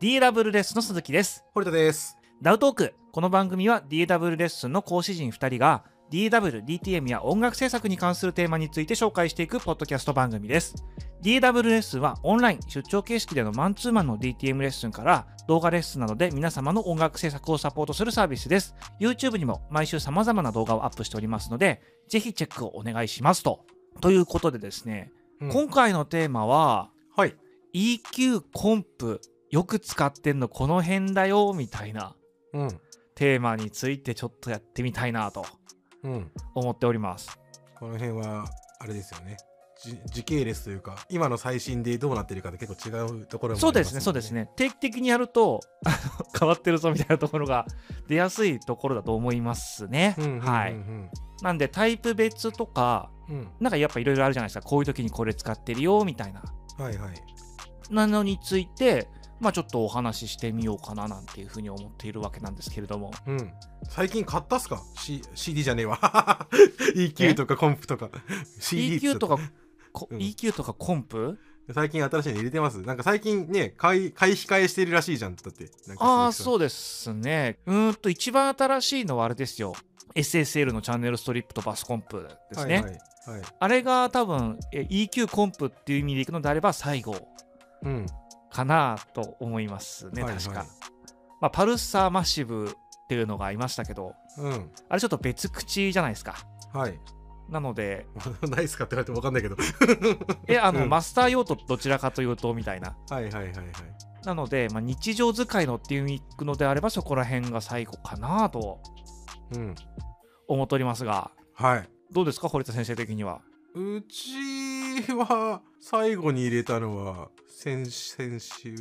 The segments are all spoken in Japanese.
DW レッスンの鈴木です。 堀田です。 ダウトーク。この番組は DW レッスンの講師陣2人が DW、DTM や音楽制作に関するテーマについて紹介していくポッドキャスト番組です。DW レッスンはオンライン出張形式でのマンツーマンの DTM レッスンから動画レッスンなどで皆様の音楽制作をサポートするサービスです。YouTube にも毎週様々な動画をアップしておりますので、ぜひチェックをお願いしますということでですね、今回のテーマは、 はい、 EQ コンプよく使ってんのこの辺だよみたいな、テーマについてちょっとやってみたいなと思っております。 この辺はあれですよね、時系列というか今の最新でどうなってるかで結構違うところもありますね。 そうですね。定期的にやると変わってるぞみたいなところが出やすいところだと思いますね。はい。なんでタイプ別とか、なんかやっぱいろいろあるじゃないですか。こういう時にこれ使ってるよみたいな。なのについて、ちょっとお話ししてみようかななんていうふうに思っているわけなんですけれども。 最近買ったっすか？ CD じゃねえわ。EQ とかコンプとか。 EQ とか、EQ とかコンプ？ 最近新しいの入れてます。なんか最近ね、買い控えしてるらしいじゃん。だって。 そうですね。一番新しいのはあれですよ。SSL のチャンネルストリップとバスコンプですね。あれが多分 EQ コンプっていう意味でいくのであれば最後かなと思いますね、確か。パルサーマッシブっていうのがありましたけど、あれちょっと別口じゃないですか。なのでないっすかって言われても分かんないけどマスター用途どちらかというとみたいな。なので、日常使いのっていう意味いくのであればそこら辺が最後かなと思っておりますが、どうですか堀田先生的には。 うちは最後に入れたのは先週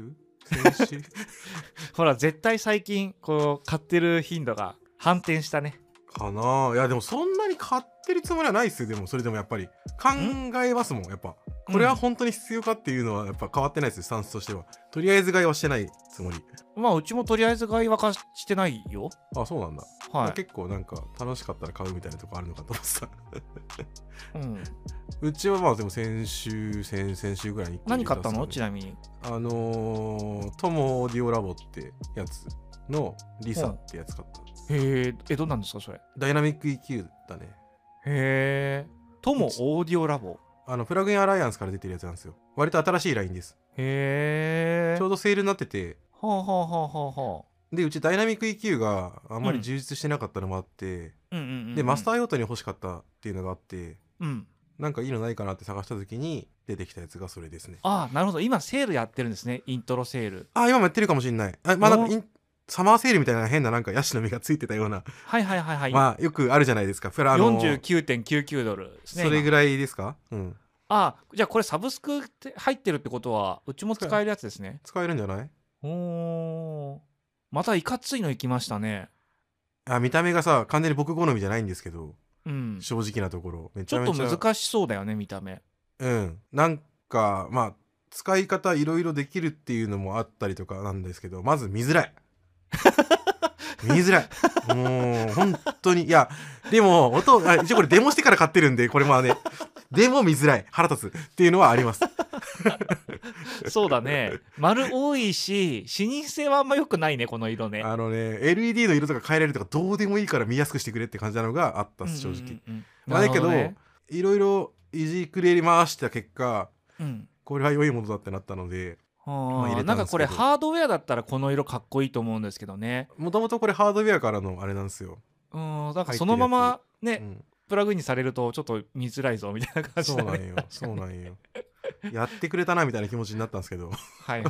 ほら絶対最近こう買ってる頻度が反転したね。 かな。いやでもそんなに買ってるつもりはないですよ。でもそれでもやっぱり考えますもん。やっぱこれは本当に必要かっていうのはやっぱ変わってないですよ、スタンスとしては。とりあえず買いはしてないつもり。 うちもとりあえず買いはしてないよ。 あ、そうなんだ。結構なんか楽しかったら買うみたいなとこあるのかと思ってた。うちはでも先週ぐらいに何買ったの？ちなみにトモオーディオラボってやつのリサってやつ買った。 どうなんですかそれ？ ダイナミック EQ だね。 トモオーディオラボ、 プラグインアライアンスから出てるやつなんですよ。割と新しいラインです。ちょうどセールになってて、でうちダイナミック EQ があんまり充実してなかったのもあって、でマスター用途に欲しかったっていうのがあって、なんかいいのないかなって探した時に出てきたやつがそれですね。 なるほど。今セールやってるんですね。イントロセール。 今もやってるかもしれない。なんかサマーセールみたいな変ななんかヤシの実がついてたような、よくあるじゃないですか。 49.99 ドルですね。 それぐらいですか？ じゃあこれサブスクって入ってるってことはうちも使えるやつですね。 使えるんじゃない？ またいかついのいきましたね。 見た目がさ完全に僕好みじゃないんですけど、正直なところめちゃめちゃちょっと難しそうだよね見た目。 なんか使い方いろいろできるっていうのもあったりとかなんですけど、まず見づらいもう本当に。いやでも一応これデモしてから買ってるんで、これねでも見づらい、腹立つっていうのはあります。 そうだね、丸多いし視認性はあんま良くないねこの色ね。 LED の色とか変えられるとかどうでもいいから見やすくしてくれって感じなのがあったっす、正直。だけどいろいろいじくり回した結果、これは良いものだってなったので、 なんかこれハードウェアだったらこの色かっこいいと思うんですけどね。 もともとこれハードウェアからのあれなんですよ。 なんかそのままね、プラグインにされるとちょっと見づらいぞみたいな感じだね。 そうなんよやってくれたなみたいな気持ちになったんですけど。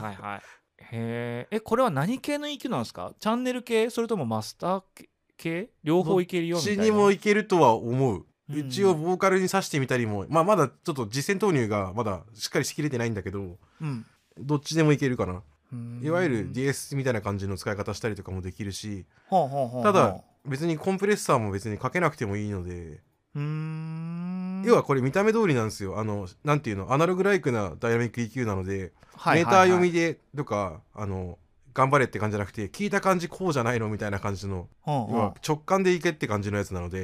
これは何系の EQ なんですか？チャンネル系、それともマスター系？両方いけるよみたいな。 どっちにもいけるとは思う。一応ボーカルに挿してみたりも、まだちょっと実践投入がまだしっかりしきれてないんだけど、どっちでもいけるかな。いわゆる DS みたいな感じの使い方したりとかもできるし、ただ別にコンプレッサーも別にかけなくてもいいので、要はこれ見た目通りなんですよ。なんていうの、アナログライクなダイナミック EQ なので、メーター読みでとか頑張れって感じじゃなくて、聞いた感じこうじゃないのみたいな感じの、要は直感でいけって感じのやつなので、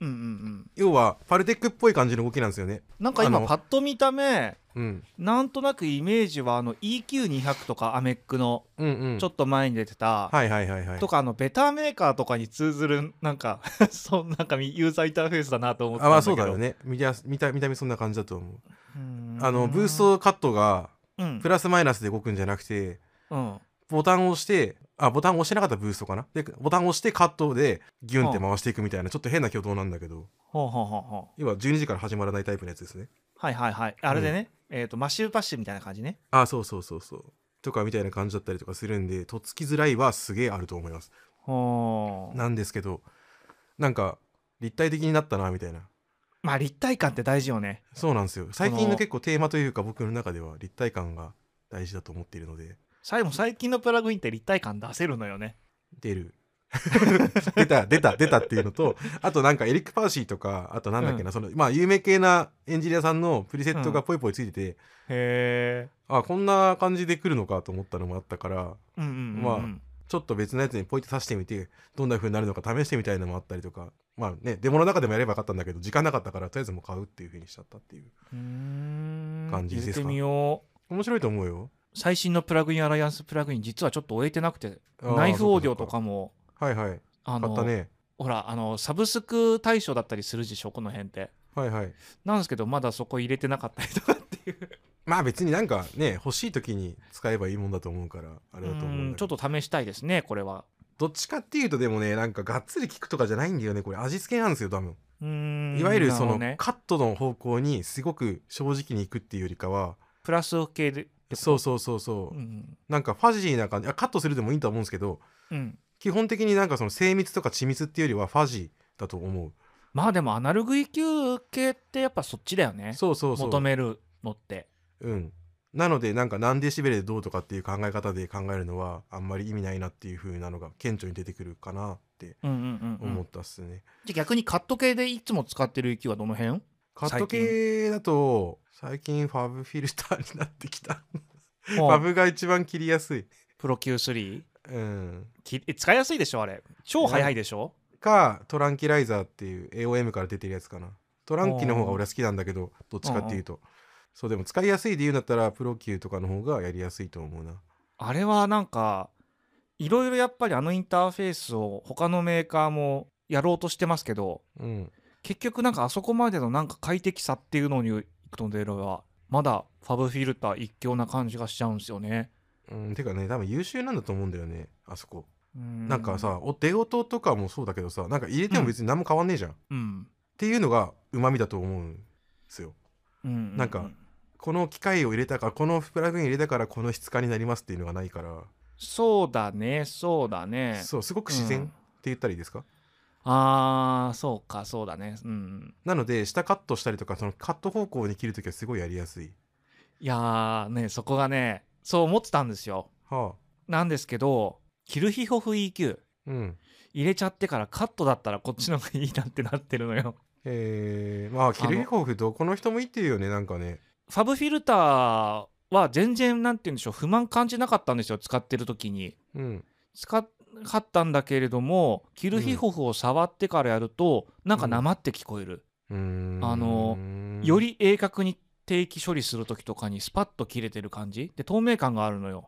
うんうんうん、 要はパルテックっぽい感じの動きなんですよね。 なんか今パッと見た目、 うん、 なんとなくイメージはEQ200 とかアメックのうんうん、 ちょっと前に出てた、 はいはいはいはい、 とかベターメーカーとかに通ずるなんかなんかユーザーインターフェースだなと思ってたんだけど。 そうだよね。見た目そんな感じだと思う。ブーストトカットがプラスマイナスで動くんじゃなくて、 うん、 ボタンを押してボタンを押してなかったらブーストかなでボタンを押してカットでギュンって回していくみたいなちょっと変な挙動なんだけど、要は12時から始まらないタイプのやつですね。 はいはいはい、あれでね、マッシュパッシュみたいな感じね。 そうそうそうそうとかみたいな感じだったりとかするんで、とっつきづらいはすげえあると思います。なんですけど、なんか立体的になったなみたいな。 まあ立体感って大事よね。 そうなんですよ。最近の結構テーマというか僕の中では立体感が大事だと思っているので。 最近のプラグインって立体感出せるのよね。 出る出たっていうのと、あとなんかエリック・パーシーとか、あとなんだっけな、そのまあ有名系なエンジニアさんのプリセットがポイポイついてて、 へえ、 こんな感じで来るのかと思ったのもあったから、まあちょっと別のやつにポイって刺してみてどんな風になるのか試してみたいのもあったりとか、まあね、デモの中でもやればよかったんだけど時間なかったからとりあえずもう買うっていう風にしちゃったっていう感じですか。 入れてみよう。面白いと思うよ。 最新のプラグインアライアンスプラグイン実はちょっと終えてなくて、ナイフオーディオとかもはいはい買ったね。 ほらサブスク対象だったりするでしょこの辺って。 はいはい。 なんですけどまだそこ入れてなかったりとかっていうまあ別になんかね欲しい時に使えばいいもんだと思うからあれだと思うんだけど、 ちょっと試したいですねこれは。 どっちかっていうとでもね、なんかがっつり効くとかじゃないんだよね。これ味付けなんですよ多分。いわゆるその、カットの方向にすごく正直にいくっていうよりかはプラス系で。 そうそうそうそう、なんかファジーな感じ。カットするでもいいと思うんですけど、基本的になんかその精密とか緻密っていうよりはファジーだと思う。 まあでもアナログ EQ 系ってやっぱそっちだよね。 そうそうそう、 求めるのって。 なのでなんか何デシベルでどうとかっていう考え方で考えるのはあんまり意味ないなっていう風なのが顕著に出てくるかなって思ったっすね。 じゃあ逆にカット系でいつも使ってる EQ はどの辺？ カット系だと最近ファブフィルターになってきたファブが一番切りやすい。 プロ Q3？ 使いやすいでしょあれ。超速いでしょ。 かトランキライザーっていう AOM から出てるやつかな。トランキの方が俺は好きなんだけど、どっちかっていうとそう、でも使いやすいで言うんだったらプロ Q とかの方がやりやすいと思うな。 あれはなんかいろいろやっぱりインターフェースを他のメーカーもやろうとしてますけど、結局なんかあそこまでのなんか快適さっていうのにいくとではまだファブフィルター一強な感じがしちゃうんですよね。 てかね、多分優秀なんだと思うんだよねあそこ。なんかさ、出音とかもそうだけどさ、なんか入れても別に何も変わんねえじゃん、っていうのがうまみだと思うんですよ。なんかこの機械を入れたからこのプラグイン入れたからこの質感になりますっていうのがないから。 そうだねそうだね。 そう、すごく自然って言ったらいいですか。 そうかそうだね。 なので下カットしたりとかそのカット方向に切るときはすごいやりやすい。 いやーね、そこがねそう思ってたんですよ。なんですけどキルヒホフ EQ、入れちゃってからカットだったらこっちの方がいいなってなってるのよ。 まあキルヒホフどこの人も言ってるよね。なんかねファブフィルターは全然なんて言うんでしょう、不満感じなかったんですよ使ってる時に。使ったんだけれどもキルヒホフを触ってからやるとなんかなまって聞こえる。より鋭角に定期処理する時とかにスパッと切れてる感じで透明感があるのよ。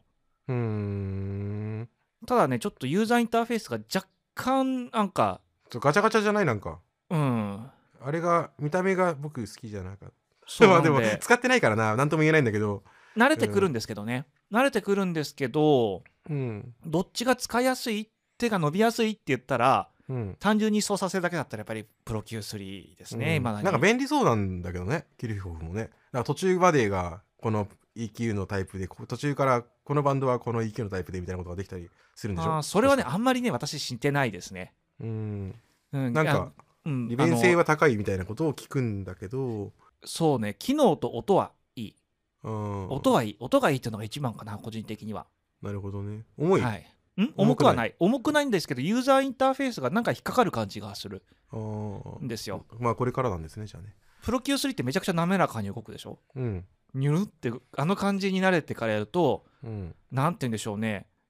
ただねちょっとユーザーインターフェースが若干なんかガチャガチャじゃない。なんかあれが見た目が僕好きじゃなかった。そうでも使ってないからなんとも言えないんだけど、 慣れてくるんですけどね、慣れてくるんですけど、どっちが使いやすい手が伸びやすいって言ったら、単純に操作性だけだったらやっぱりプロ Q3 ですね、今なんか便利そうなんだけどねキルヒホフもね。だから途中までがこの EQ のタイプで途中からこのバンドはこの EQ のタイプでみたいなことができたりするんでしょ。 それはねあんまりね私知ってないですね。 なんか利便性は高いみたいなことを聞くんだけど、 そうね機能と音はいい。音がいいっていうのが一番かな個人的には。 なるほどね。重い、 重くはない。重くないんですけどユーザーインターフェースがなんか引っかかる感じがするんですよ。 まあこれからなんですねじゃあね。 プロ Q3 ってめちゃくちゃ滑らかに動くでしょ。ニュルって感じに慣れてからやると、なんて言うんでしょうね、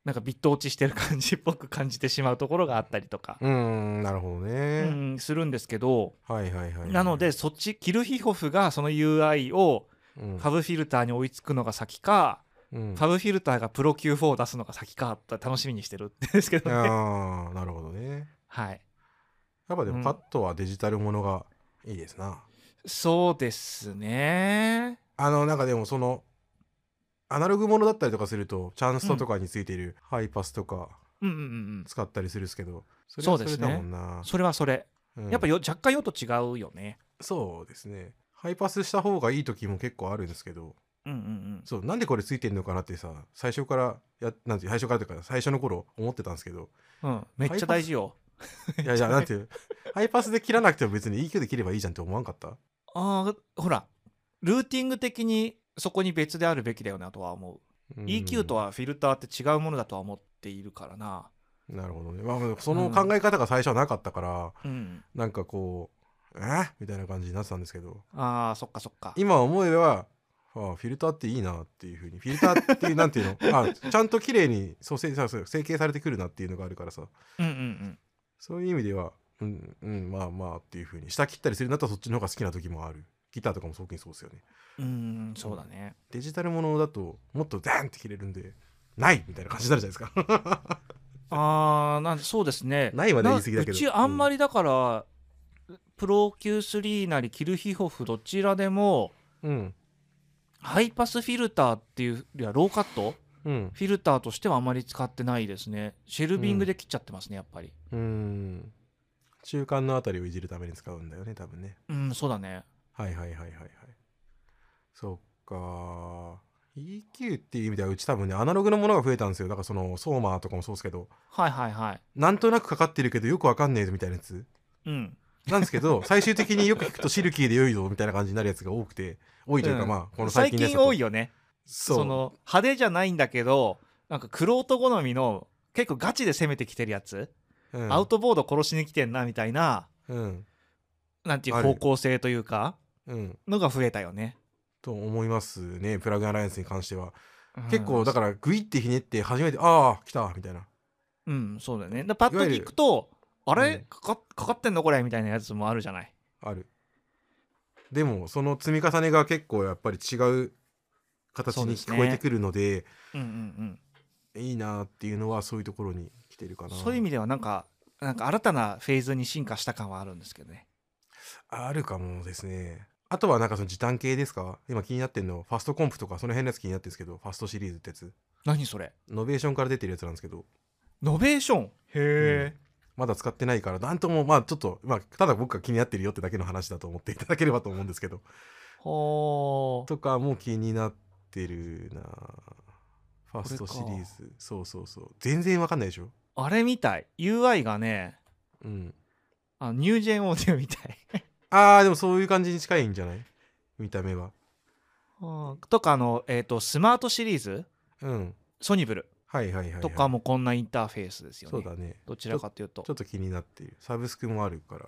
なんかビット落ちしてる感じっぽく感じてしまうところがあったりとか、 なるほどね。 するんですけど、 はいはいはい。 なのでそっちキルヒホフがその UI をフファブフィルターに追いつくのが先か、ファブフィルターがプロ Q4 を出すのが先かと楽しみにしてるんですけどね。 ああ、なるほどね。 はい。 やっぱでもパッドはデジタルものがいいですな。 そうですね。 なんかでもそのアナログものだったりとかするとチャンストとかについているハイパスとか使ったりするんですけど、それはそれだもんな。 それはそれ、やっぱ若干用途違うよね。 そうですね。ハイパスした方がいい時も結構あるんですけど、そうなんでこれついてんのかなってさ、最初からなんて最初からというか最初の頃思ってたんですけど、 めっちゃ大事よ。 いやいやなんていうハイパスで切らなくても別に EQ で切ればいいじゃんって思わんかった？ ほらルーティング的にそこに別であるべきだよなとは思う。EQ とはフィルターって違うものだとは思っているからな。 なるほどね。まあその考え方が最初はなかったから、なんかこうみたいな感じになってたんですけど、 そっかそっか。 今思えばフィルターっていいなっていう風に、フィルターっていうなんていうのちゃんと綺麗に整形されてくるなっていうのがあるからさ、そういう意味ではまあまあっていう風に下切ったりするんだったらそっちの方が好きな時もある。ギターとかもそうですよね。 そうだね。 デジタルものだともっとダーンって切れるんでないみたいな感じになるじゃないですか。 なんでそうですね。 ないまで言い過ぎだけど、 うちあんまりだから、プロ Q3 なりキルヒホフどちらでも、ハイパスフィルターっていうよりはローカット、フィルターとしてはあまり使ってないですね。シェルビングで切っちゃってますね、やっぱり。 中間のあたりをいじるために使うんだよね多分ね。 そうだね。 はいはいはいはいはい。そっか。EQ っていう意味ではうち多分ねアナログのものが増えたんですよ。だからそのソーマーとかもそうですけど、なんとなくかかってるけどよくわかんねえぞみたいなやつなんですけど、最終的によく聞くとシルキーで良いぞみたいな感じになるやつが多くて、多いというか、まあこの最近最近多いよね。その派手じゃないんだけど、なんか玄人好みの結構ガチで攻めてきてるやつ、アウトボード殺しに来てんなみたいな、なんていう方向性というか、のが増えたよね。 と思いますね。プラグインアライアンスに関しては、結構だからグイってひねって初めて来たみたいな。 そうだよね。パッと聞くとあれ、かかってんのこれみたいなやつもあるじゃない。 ある。でもその積み重ねが結構やっぱり違う形に聞こえてくるので、いいなっていうのはそういうところに来てるかな。 そういう意味ではなんか新たなフェーズに進化した感はあるんですけどね。 あるかもですね。あとはなんかその時短系ですか？今気になってるのファストコンプとかその辺のやつ気になってるんですけど、ファストシリーズってやつ。 何それ？ ノベーションから出てるやつなんですけど。 ノベーション？へえ、 まだ使ってないからなんとも、まあちょっと、まあただ僕が気になってるよってだけの話だと思っていただければと思うんですけど、とかも気になってるな。ファストシリーズ、そう全然わかんないでしょ。 あれみたい UI がね、ニュージェンオーディオみたいでもそういう感じに近いんじゃない？見た目は。 とかスマートシリーズ、ソニブルとかもこんなインターフェースですよね。 そうだね。 どちらかというとちょっと気になっている。サブスクもあるから。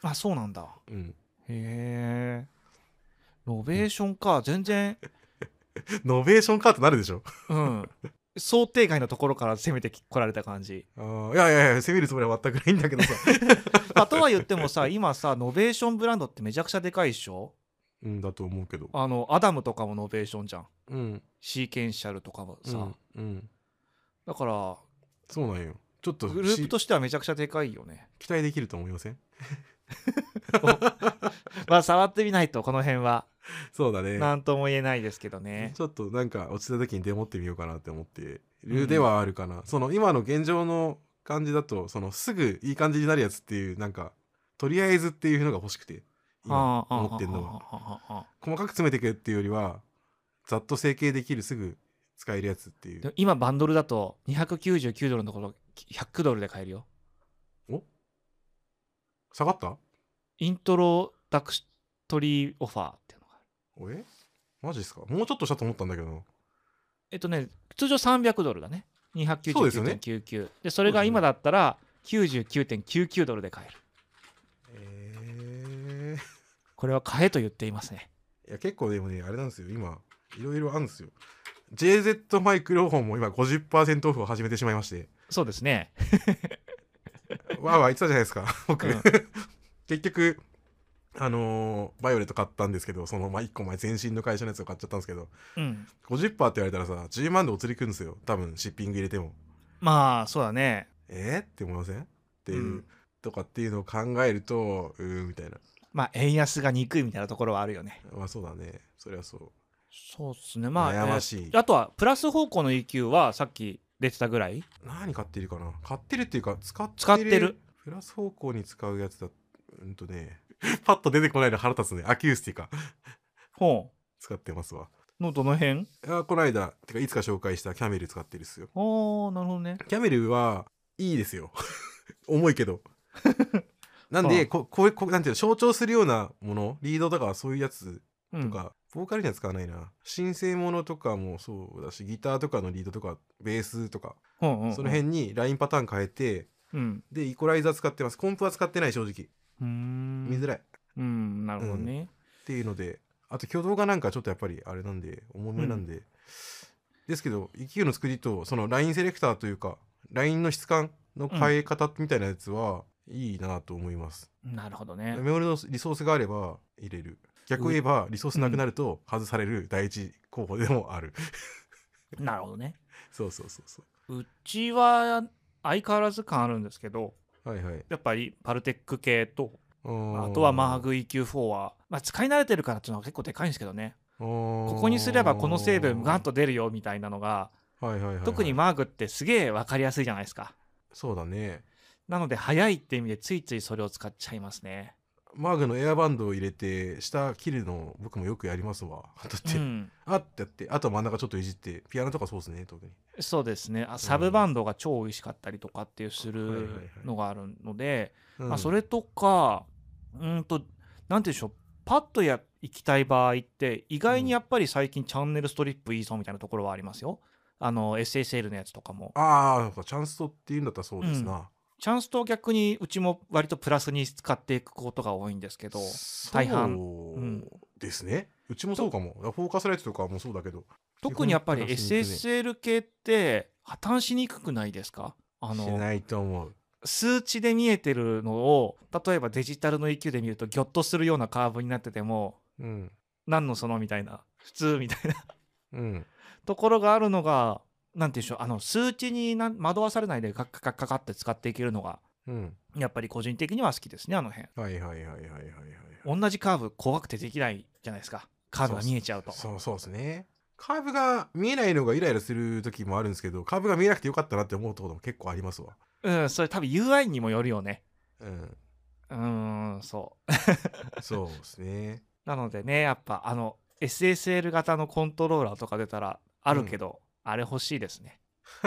そうなんだ。へえ。ノベーションか。全然ノベーションかってなるでしょ。 想定外のところから攻めてこられた感じ。 いや攻めるつもりは全くないんだけどさとは言ってもさ、今さノベーションブランドってめちゃくちゃでかいでしょ。 だと思うけど、 アダムとかもノベーションじゃん。シーケンシャルとかもさ、だからそうなんよ。ちょっとグループとしてはめちゃくちゃでかいよね。 期待できると思いません？ まあ触ってみないとこの辺はそうだね、 なんとも言えないですけどね。 ちょっとなんか落ちた時にデモってみようかなって思ってるではあるかな。その今の現状の感じだとそのすぐいい感じになるやつっていう、なんかとりあえずっていうのが欲しくて今思ってんのは、細かく詰めていくっていうよりはざっと整形できるすぐ使えるやつっていう。 今バンドルだと299ドルのところ100ドルで買えるよ。 下がった？ イントロダクトリーオファーっていうのがある。 マジですか？もうちょっとしたと思ったんだけど。 通常300ドルだね。299.99 で、でそれが今だったら 99.99 ドルで買える。これは買えと言っていますね。 いや結構でもねあれなんですよ、今いろいろあるんですよ。 JZ マイクロフォンも今 50% オフを始めてしまいまして。 そうですね。 わーわー言ってたじゃないですか僕、結局バイオレット買ったんですけど、その1個前前身の会社のやつを買っちゃったんですけど、50% って言われたらさ10万でお釣りくんですよ、多分シッピング入れても。 まあそうだね。 って思いませんっていう、とかっていうのを考えるとみたいな。 まあ円安が憎いみたいなところはあるよね。 まあそうだね、そりゃそう。 そうっすね。まあ悩ましい。 あとはプラス方向の EQ はさっき出てたぐらい。 何買ってるかな、買ってるっていうか使ってる。プラス方向に使うやつだパッと出てこないの腹立つね。アキュースティカ使ってますわ。 のどの辺？ この間てかいつか紹介したキャメル使ってるっすよ。 なるほどね。 キャメルはいいですよ重いけどなんでこうなんていうの、象徴するようなもの、リードとかそういうやつとか、ボーカルには使わないな。申請ものとかもそうだし、ギターとかのリードとかベースとか、その辺にラインパターン変えて、でイコライザー使ってます。コンプは使ってない、正直。見づらい。 なるほどね、 っていうので、あと挙動がなんかちょっとやっぱりあれなんで重めなんで、ですけど EQ の作りとそのラインセレクターというかラインの質感の変え方みたいなやつはいいなと思います。 なるほどね。 メモリのリソースがあれば入れる。逆を言えばリソースなくなると外される第一候補でもあるなるほどね。 そう。 うちは相変わらず感あるんですけど、やっぱりパルテック系と、あとはマーグ EQ4 は、使い慣れてるからっていうのは結構でかいんですけどね。ここにすればこの成分ガンと出るよみたいなのが、特にマーグってすげえ分かりやすいじゃないですか。 そうだね。 なので早いって意味でついついそれを使っちゃいますね。 マーグのエアバンドを入れて下切るの僕もよくやりますわ。だって、あってやって、あと真ん中ちょっといじって、ピアノとかそうですね、特に。 そうですね。サブバンドが超美味しかったりとかっていうするのがあるので、それとかなんて言うんでしょう、パッと行きたい場合って意外にやっぱり最近チャンネルストリップいいぞみたいなところはありますよ。SSL のやつとかも。 チャンストっていうんだったらそうですな。 チャンスト逆にうちも割とプラスに使っていくことが多いんですけど、大半ですね。うちもそうかも。フォーカスライトとかもそうだけど、 特にやっぱり SSL 系って破綻しにくくないですか？ しないと思う。 数値で見えてるのを例えばデジタルの EQ で見るとギョッとするようなカーブになってても、何のそのみたいな、普通みたいなところがあるのが、なんていうんでしょう、数値に惑わされないでカッカッカッカって使っていけるのが、やっぱり個人的には好きですね、あの辺。同じカーブ怖くてできないじゃないですか、カーブが見えちゃうと。 そうですね。カーブが見えないのがイライラする時もあるんですけど、カーブが見えなくてよかったなって思うところも結構ありますわ。 それ多分 UI にもよるよね。 そうですね。 なのでね、やっぱSSL 型のコントローラーとか出たらあるけど、あれ欲しいですね。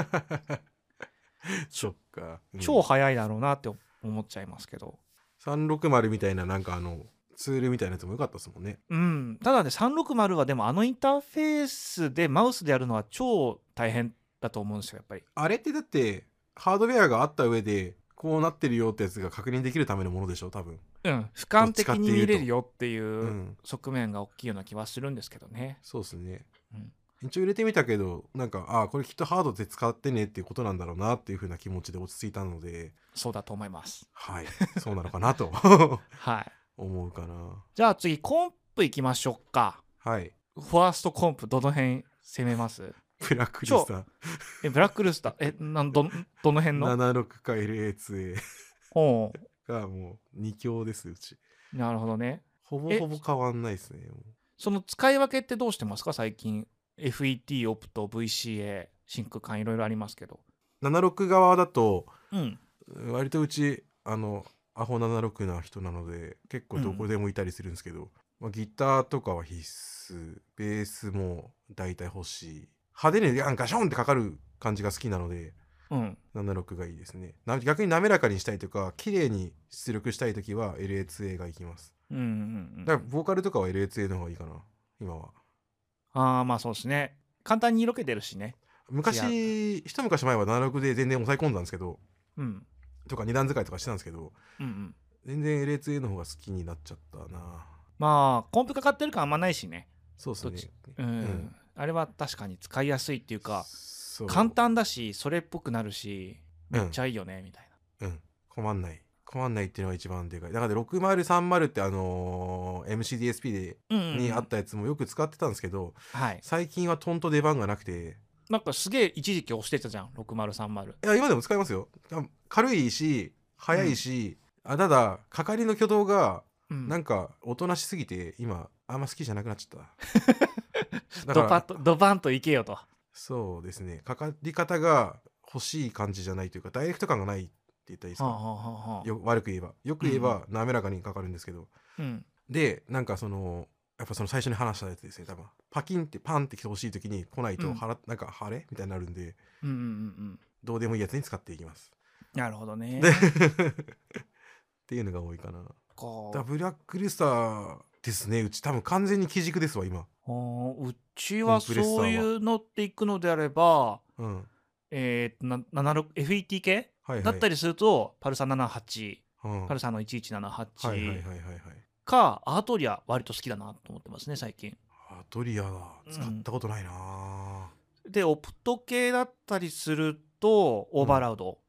そっか、 超速いだろうなって思っちゃいますけど。 360みたいななんかツールみたいなやつも良かったですもんね。 ただね、360はでもインターフェースでマウスでやるのは超大変だと思うんですよ、やっぱり。 あれってだってハードウェアがあった上でこうなってるよってやつが確認できるためのものでしょ、多分。 俯瞰的に見れるよっていう側面が大きいような気はするんですけどね。 そうですね。一応入れてみたけど、なんかこれきっとハードで使ってねっていうことなんだろうなっていう風な気持ちで落ち着いたので。 そうだと思います。 そうなのかなと思うかな。 じゃあ次コンプいきましょうか。ファーストコンプどの辺攻めます？ ブラックルスター。 ブラックルスターどの辺の ?76 か LA2A がもう2強です、うち。 なるほどね。 ほぼほぼ変わんないですね。 その使い分けってどうしてますか最近。FET、オプト、VCA、シンク間いろいろありますけど。 76側だと、割とうちアホ76な人なので結構どこでもいたりするんですけど、ギターとかは必須、ベースも大体欲しい、派手にガションってかかる感じが好きなので、76がいいですね。逆に滑らかにしたいとか綺麗に出力したい時は LA2A がいきます。だからボーカルとかは LA2A の方がいいかな今は。 まあそうですね。簡単に色気出るしね。 一昔前は76で全然抑え込んだんですけど、とか2段使いとかしてたんですけど、全然 LA2A の方が好きになっちゃったな。 まあコンプかかってる感あんまないしね。 そうですね。 あれは確かに使いやすいっていうかそう簡単だしそれっぽくなるしめっちゃいいよね、みたいうん困んないっていうのが一番でかい。だから6030ってMCDSP で、にあったやつもよく使ってたんですけど、 はい、 最近はトンと出番がなくて、 なんかすげえ一時期押してたじゃん6030。 いや今でも使いますよ。軽いし速いし、ただかかりの挙動がなんかおとなしすぎて今あんま好きじゃなくなっちゃっただからドバンといけよと。 そうですね、かかり方が欲しい感じじゃないというかダイレクト感がないって言ったらいいですか、悪く言えばよく言えば滑らかにかかるんですけど、でなんかやっぱその最初に話したやつですね、多分パキンってパンって来てほしい時に来ないとなんか晴れみたいになるんで、どうでもいいやつに使っていきます。 なるほどねっていうのが多いかな。ブラックルスターですね。うち多分完全に基軸ですわ今。 うちはそういうのっていくのであれば、FET 系だったりするとパルサ78、パルサの1178かアートリア割と好きだなと思ってますね最近。 アートリア使ったことないな、 でオプト系だったりするとオーバーラウド、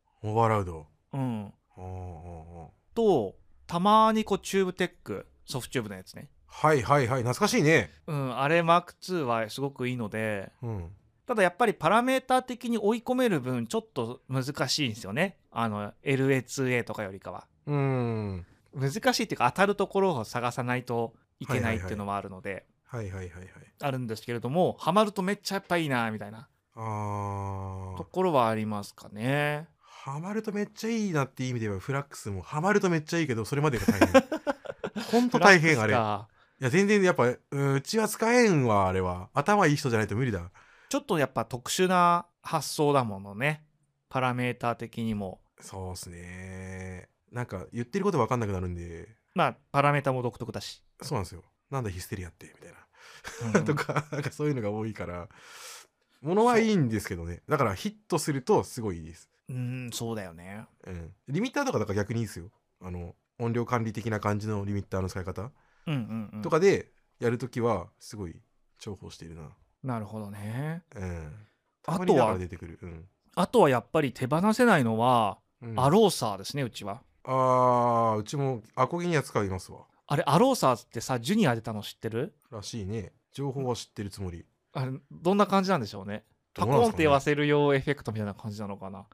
とたまにチューブテックソフトチューブのやつね。 懐かしいね。 あれ Mark2 はすごくいいので、ただやっぱりパラメーター的に追い込める分ちょっと難しいんですよね、LA2A とかよりかは。難しいっていうか当たるところを探さないといけないっていうのもあるので、あるんですけれども、ハマるとめっちゃやっぱいいなみたいなところはありますかね。 ハマるとめっちゃいいなっていう意味ではフラックスもハマるとめっちゃいいけどそれまでが大変ほんと大変あれ。いや全然やっぱうちは使えんわ、あれは頭いい人じゃないと無理だ。 ちょっとやっぱ特殊な発想だものね、パラメーター的にも。 そうっすね、なんか言ってること分かんなくなるんで、 パラメーターも独特だし。 そうなんですよ、なんだヒステリアってみたいなとかなんかそういうのが多いからものはいいんですけどね。だからヒットするとすごいいいです。 そうだよね。 リミッターとかだから逆にいいですよ。音量管理的な感じのリミッターの使い方とかでやるときはすごい重宝しているな。 なるほどね。 たまにだから出てくる。 あとはやっぱり手放せないのは、アローサーですね、うちは。 うちもアコギには使いますわ。 あれアローサーってさジュニア出たの知ってる？ らしいね。情報は知ってるつもり。 あれどんな感じなんでしょうね。パコーンって言わせるようエフェクトみたいな感じなのかな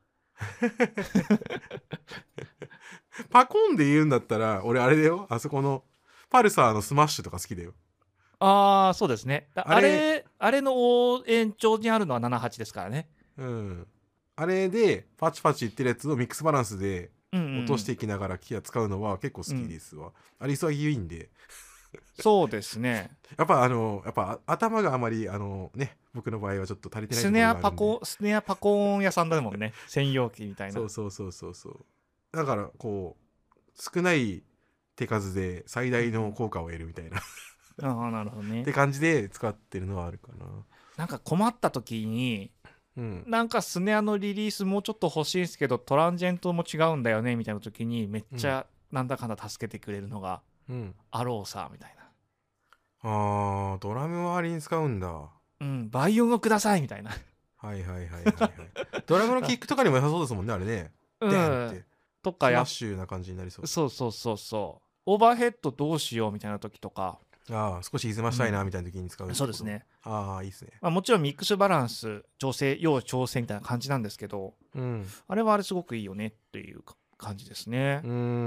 パコンで言うんだったら俺あれだよ、あそこのパルサーのスマッシュとか好きだよ。 そうですね。あれの延長にあるのは78ですからね。 あれでパチパチいってるやつをミックスバランスで落としていきながらキア使うのは結構好きですわ。あれ急ぎいいんでそうですね。 やっぱ頭があまりね、僕の場合はちょっと足りてないところがあるんで。 スネアパコーン屋さんだもんね専用機みたいな。 そうだから少ない手数で最大の効果を得るみたいななるほどねって感じで使ってるのはあるかな。 なんか困った時に、なんかスネアのリリースもうちょっと欲しいんですけどトランジェントも違うんだよねみたいな時にめっちゃなんだかんだ助けてくれるのが、アローサーみたいな。ドラム周りに使うんだ。 バイオンをくださいみたいなドラムのキックとかにも良さそうですもんね、あれね。 とかスマッシュな感じになりそう。 そうオーバーヘッドどうしようみたいな時とか、 少し歪ましたいなみたいな時に使う。 そうですね。 いいですね。 もちろんミックスバランス要調整みたいな感じなんですけど、あれはあれすごくいいよねっていう感じですね。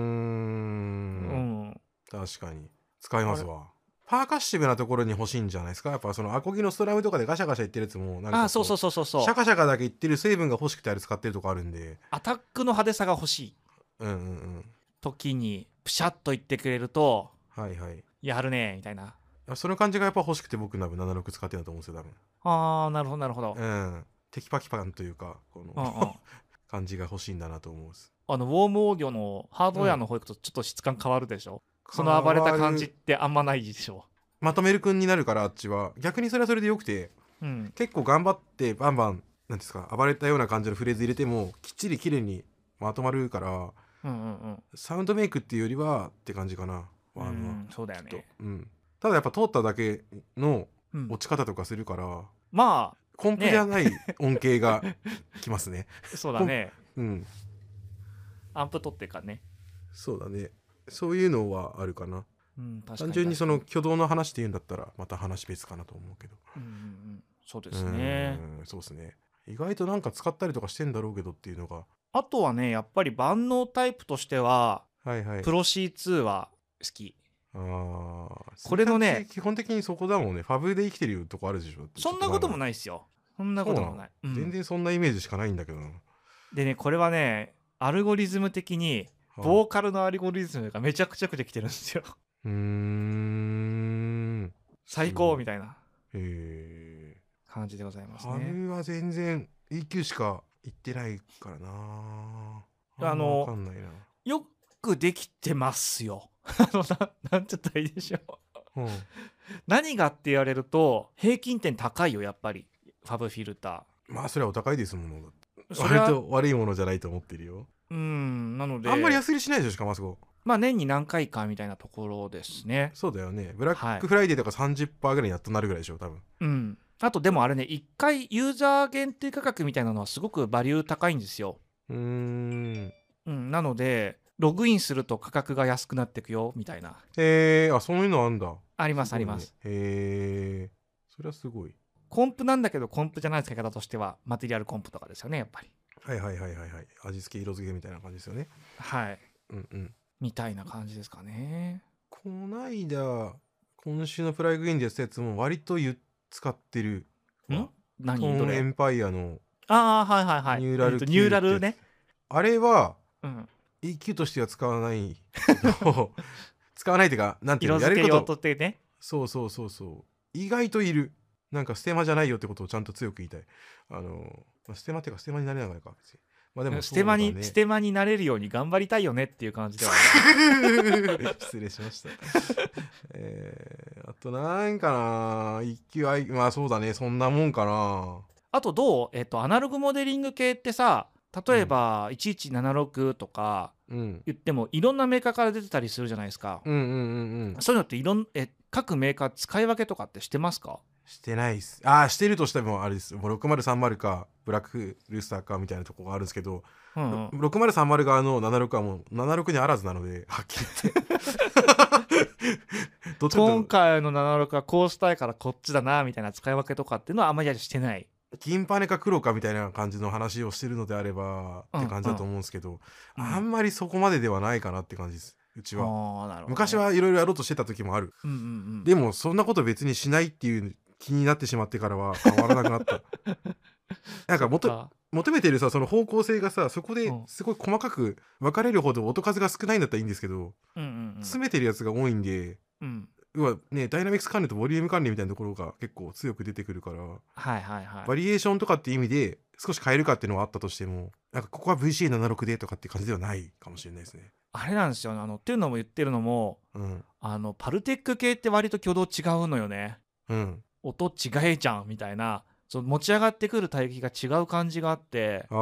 確かに使いますわ。パーカッシブなところに欲しいんじゃないですか。やっぱそのアコギのストラムとかでガシャガシャいってるやつもなんかそうシャカシャカだけいってる成分が欲しくてあれ使ってるとこあるんで、 アタックの派手さが欲しい時にプシャッといってくれるとやるねみたいな、 その感じがやっぱ欲しくて僕多分76使ってるんだと思うんですよ多分。 なるほど。 テキパキパンというかこの感じが欲しいんだなと思うんです。 ウォームオーディオのハードウェアの方行くとちょっと質感変わるでしょ。その暴れた感じってあんまないでしょ。 まとめる君になるからあっちは逆にそれはそれでよくて、結構頑張ってバンバンなんですか暴れたような感じのフレーズ入れてもきっちり綺麗にまとまるから、サウンドメイクっていうよりはって感じかな。 そうだよね。 ただやっぱ通っただけの落ち方とかするから、 まあコンプじゃない恩恵がきますね。 そうだね。 うん。 アンプ取ってかね。 そうだね。そういうのはあるかな。 うん、確かに単純にその挙動の話っていうんだったらまた話別かなと思うけど。 そうですね。 そうですね。意外となんか使ったりとかしてんだろうけどっていうのが。 あとはね、やっぱり万能タイプとしては、 はいはい。 プロ C2 は好き。 これのね、 基本的にそこだもんね。ファブで生きてるとこあるでしょ。 そんなこともないですよ。そんなこともない。 全然そんなイメージしかないんだけどな。 でね、これはね、アルゴリズム的にボーカルのアルゴリズムがめちゃくちゃよくできてるんですよ。最高みたいな感じでございますね。 ファブは全然 EQ しか言ってないからな。わかんないな。 よくできてますよ。なんて言ったらいいでしょう。何がって言われると平均点高いよ、やっぱりファブフィルター。 まあそれはお高いですもの。割と悪いものじゃないと思ってるよ。 なのであんまり安売りしないでしょ、しかもあそこ。 まあ年に何回かみたいなところですね。 そうだよね。ブラックフライデーとか 30% ぐらいにやっとなるぐらいでしょ、多分。 あとでもあれね、1回ユーザー限定価格みたいなのはすごくバリュー高いんですよ。なのでログインすると価格が安くなっていくよみたいな。 そういうのあんだ。 あります、あります。 それはすごい。 コンプなんだけどコンプじゃない使い方としてはマテリアルコンプとかですよね、やっぱり。 味付け色付けみたいな感じですよね。 みたいな感じですかね。 こないだ今週のプラグインでやったやつも割と使ってる。 何？ トーンエンパイアのニューラルね。 あれは、EQ としては使わない使わないっていうか、なんていうの、 色付け用とってね。 そう意外といる。なんかステマじゃないよってことをちゃんと強く言いたい。ステマっていうかステマになれないか別に。まあでもステマになれるように頑張りたいよねっていう感じでは失礼しました。あとなんかな、EQ、まあそうだね、そんなもんかな。 あとどうアナログモデリング系ってさ、例えば1176とか言ってもいろんなメーカーから出てたりするじゃないですか。そういうのって各メーカー使い分けとかってしてますか？ してないっす。してるとしてもあれです。もう6030かブラックルースターかみたいなとこがあるんですけど、6030側の76はもう76にあらずなので、はっきり言って今回の76はこうしたいからこっちだなみたいな使い分けとかっていうのはあんまりしてない。 金パネか黒かみたいな感じの話をしてるのであればって感じだと思うんですけど、あんまりそこまでではないかなって感じです。うちは昔はいろいろやろうとしてた時もある。でもそんなこと別にしないっていう気になってしまってからは変わらなくなった。なんか求めてるさ、その方向性がさ、そこですごい細かく分かれるほど音数が少ないんだったらいいんですけど、詰めてるやつが多いんで、ダイナミクス管理とボリューム管理みたいなところが結構強く出てくるから、バリエーションとかっていう意味で少し変えるかっていうのはあったとしても、なんかここは VCA76 でとかって感じではないかもしれないですね。 あれなんですよ、っていうのも言ってるのも、パルテック系って割と挙動違うのよね。音違えじゃんみたいな、その持ち上がってくる帯域が違う感じがあって、 なる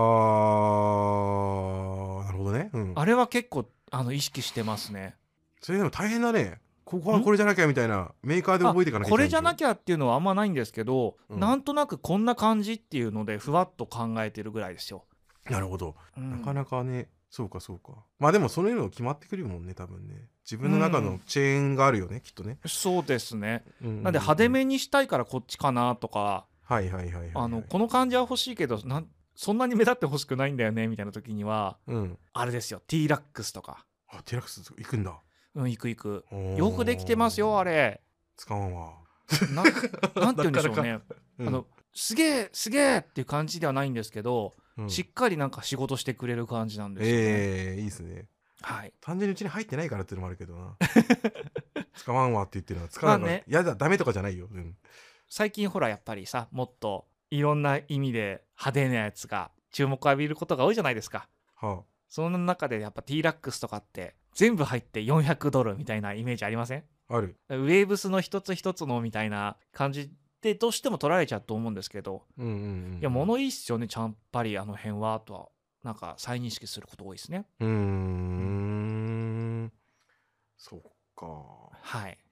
ほどね。 あれは結構意識してますね。 それでも大変だね。ここはこれじゃなきゃみたいなメーカーで覚えていかなきゃいけない。 これじゃなきゃっていうのはあんまないんですけど、なんとなくこんな感じっていうのでふわっと考えてるぐらいですよ。 なるほど、なかなかね。そうか。まあでもその色決まってくるもんね、多分ね。自分の中のチェーンがあるよね、きっとね。 そうですね。なんで派手めにしたいからこっちかなとか、この感じは欲しいけどそんなに目立って欲しくないんだよねみたいな時には、あれですよ、 T-Rax とか。 T-Rax 行くんだ。 行く。よくできてますよ、あれ。 使わんわ。 なんて言うんでしょうね。すげえっていう感じではないんですけど、しっかりなんか仕事してくれる感じなんですよね。 いいですね。 はい。 単純にうちに入ってないからっていうのもあるけどな。使わんわって言ってるのは使わんわ。やだ、ダメとかじゃないよ。 最近ほらやっぱりさ、もっといろんな意味で派手なやつが注目を浴びることが多いじゃないですか。その中でやっぱ T-Rax とかって全部入って$400みたいなイメージありません？ ある。 ウェーブスの一つ一つのみたいな感じでどうしても取られちゃうと思うんですけど、いや物いいっすよね、ちゃんぱりあの辺はとはなんか再認識すること多いですね。 そっか。 はい。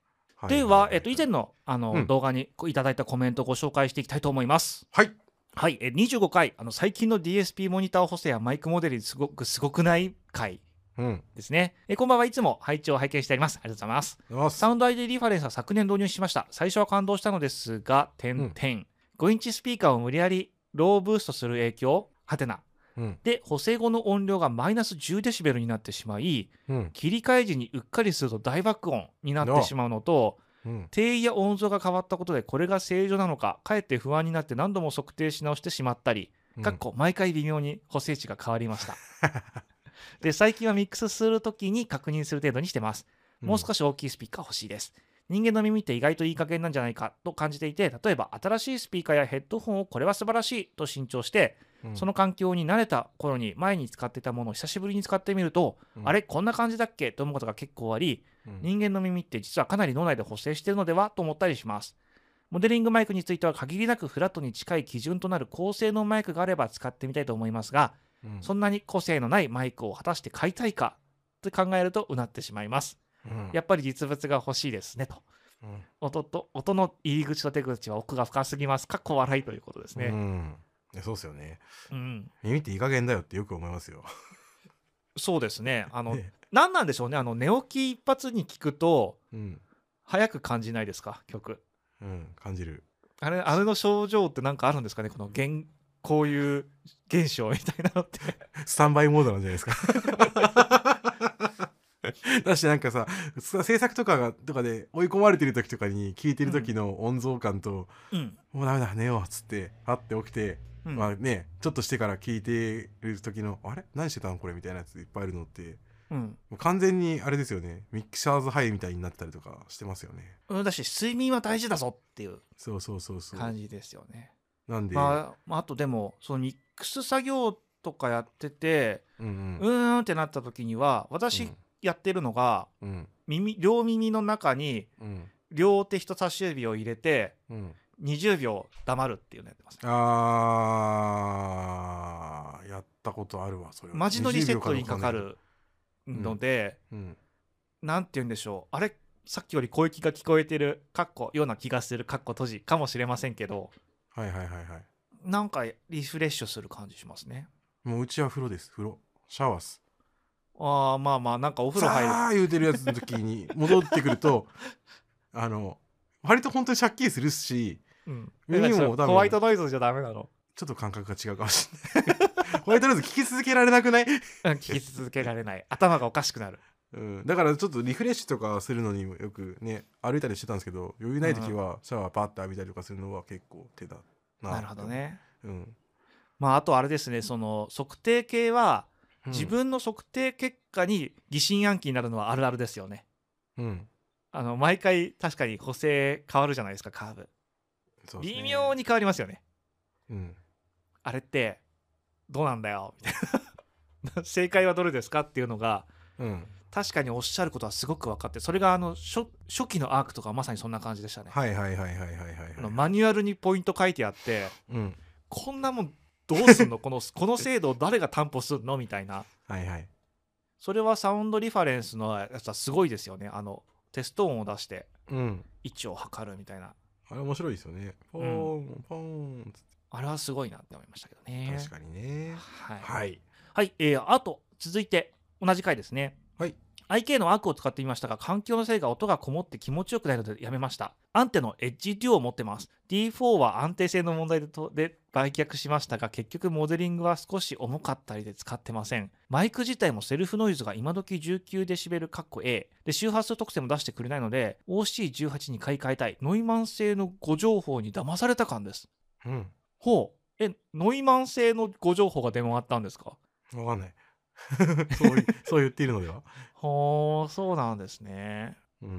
では、以前の、 うん動画にいただいたコメントをご紹介していきたいと思います。 はい。 はい、25回最近の DSP モニター補正やマイクモデルすごくない回ですね。こんばんはいつも配置を拝見しております。ありがとうございます。サウンド ID リファレンスは昨年導入しました。最初は感動したのですが、5インチスピーカーを無理やりローブーストする影響で補正後の音量がマイナス10デシベルになってしまい、切り替え時にうっかりすると大爆音になってしまうのと、定位や音像が変わったことでこれが正常なのかかえって不安になって何度も測定し直してしまったり、毎回微妙に補正値が変わりましたで最近はミックスするときに確認する程度にしてます。もう少し大きいスピーカー欲しいです。人間の耳って意外といい加減なんじゃないかと感じていて、例えば新しいスピーカーやヘッドホンをこれは素晴らしいと新調して、その環境に慣れた頃に前に使っていたものを久しぶりに使ってみると、あれこんな感じだっけと思うことが結構あり、人間の耳って実はかなり脳内で補正しているのではと思ったりします。モデリングマイクについては限りなくフラットに近い基準となる高性能マイクがあれば使ってみたいと思いますが、そんなに個性のないマイクを果たして買いたいかと考えるとうなってしまいます。やっぱり実物が欲しいですねと。音の入り口と出口は奥が深すぎます。かっこ笑いということですね。 そうですよね。耳っていい加減だよってよく思いますよ。 そうですね。何なんでしょうね。寝起き一発に聞くと、早く感じないですか曲。 感じる。 あれの症状って何かあるんですかね。こういう現象みたいなのってスタンバイモードなんじゃないですかだしなんかさ、制作とかで追い込まれてる時とかに聞いてる時の音像感と、もうダメだ寝ようっつってパッて起きて、まあねちょっとしてから聞いてる時のあれ何してたのこれみたいなやついっぱいあるのって、もう完全にあれですよね。ミクシャーズハイみたいになったりとかしてますよね。 だし睡眠は大事だぞっていうそう感じですよね。 なんであとでもそのミックス作業とかやっててってなった時には私やってるのが、両耳の中に両手人差し指を入れて、20秒黙るっていうのやってます、ね。 やったことあるわそれは。 マジのリセットにかかるので、なんて言うんでしょう。あれさっきより声域が聞こえてるような気がする閉じかもしれませんけど、なんかリフレッシュする感じしますね。 もううちは風呂です。風呂シャワーっす。 まあなんかお風呂入るさあ言うてるやつの時に戻ってくると割と本当にシャッキリするし、 耳も多分ホワイトノイズじゃダメなの。 ちょっと感覚が違うかもしれないホワイトノイズ聞き続けられなくない聞き続けられない。頭がおかしくなる。 だからちょっとリフレッシュとかするのによくね歩いたりしてたんですけど、余裕ない時はシャワーパッと浴びたりとかするのは結構手だな。 なるほどね。あとあれですね、その測定系は自分の測定結果に疑心暗鬼になるのはあるあるですよね。毎回確かに補正変わるじゃないですか、カーブ。微妙に変わりますよね。あれってどうなんだよみたいな正解はどれですかっていうのが、確かにおっしゃることはすごく分かって、それが初期のアークとかまさにそんな感じでしたね。マニュアルにポイント書いてあって、こんなもんどうすんのこの精度を誰が担保するのみたいな。それはサウンドリファレンスのやつはすごいですよね。テスト音を出して位置を測るみたいな。 あれ面白いですよね。ポーンポーン。 あれはすごいなって思いましたけどね。 確かにね。 あと続いて同じ回ですね。IK のアークを使ってみましたが、環境のせいが音がこもって気持ちよくないのでやめました。アンテのエッジデュオを持ってます。 D4 は安定性の問題で売却しましたが、結局モデリングは少し重かったりで使ってません。マイク自体もセルフノイズが今時 19dB（A） で周波数特性も出してくれないので OC18 に買い替えたい。ノイマン製の誤情報に騙された感です。ノイマン製の誤情報が出回ったんですか？ わかんないそう言っているのではそうなんですね。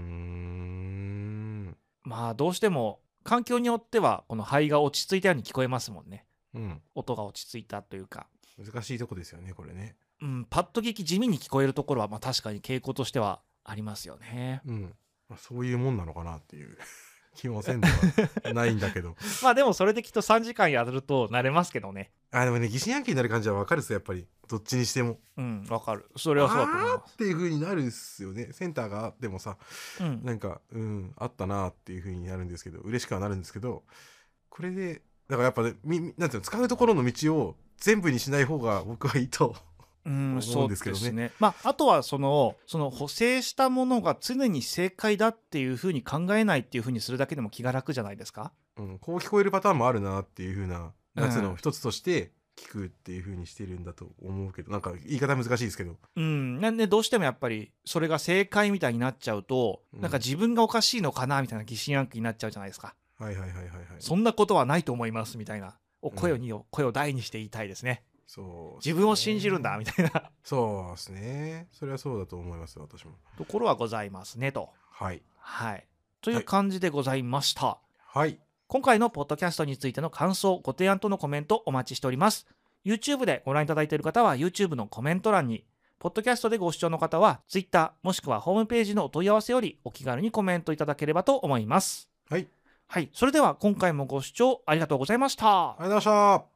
どうしても環境によってはこの肺が落ち着いたように聞こえますもんね。音が落ち着いたというか難しいとこですよねこれね。 パッと聞き地味に聞こえるところは確かに傾向としてはありますよね。 そういうもんなのかなっていう気もせんではないんだけどでもそれできっと3時間やると慣れますけどね。 でもね疑心暗鬼になる感じは分かるっすやっぱり。 どっちにしても。 わかる。それはそうだと思います。 っていう風になるんすよね。センターがあってもさ、なんかあったなっていう風になるんですけど、嬉しくはなるんですけど、これでだからやっぱね、なんていうの、使うところの道を全部にしない方が僕はいいと思うんですけどね。 あとはその補正したものが常に正解だっていう風に考えないっていう風にするだけでも気が楽じゃないですか。 こう聞こえるパターンもあるなっていう風なやつの一つとして聞くっていう風にしてるんだと思うけど、なんか言い方難しいですけど、 なんでどうしてもやっぱりそれが正解みたいになっちゃうと、なんか自分がおかしいのかなみたいな疑心暗鬼になっちゃうじゃないですか。そんなことはないと思いますみたいな声を大にして言いたいですね。 そう自分を信じるんだみたいなそうですね。それはそうだと思います私も。 ところはございますねと。 はい。 という感じでございました。 はい。 今回のポッドキャストについての感想、ご提案とのコメントお待ちしております。YouTube でご覧いただいている方は YouTube のコメント欄に、ポッドキャストでご視聴の方は Twitter もしくはホームページのお問い合わせよりお気軽にコメントいただければと思います。 はい。 それでは今回もご視聴ありがとうございました。 ありがとうございました。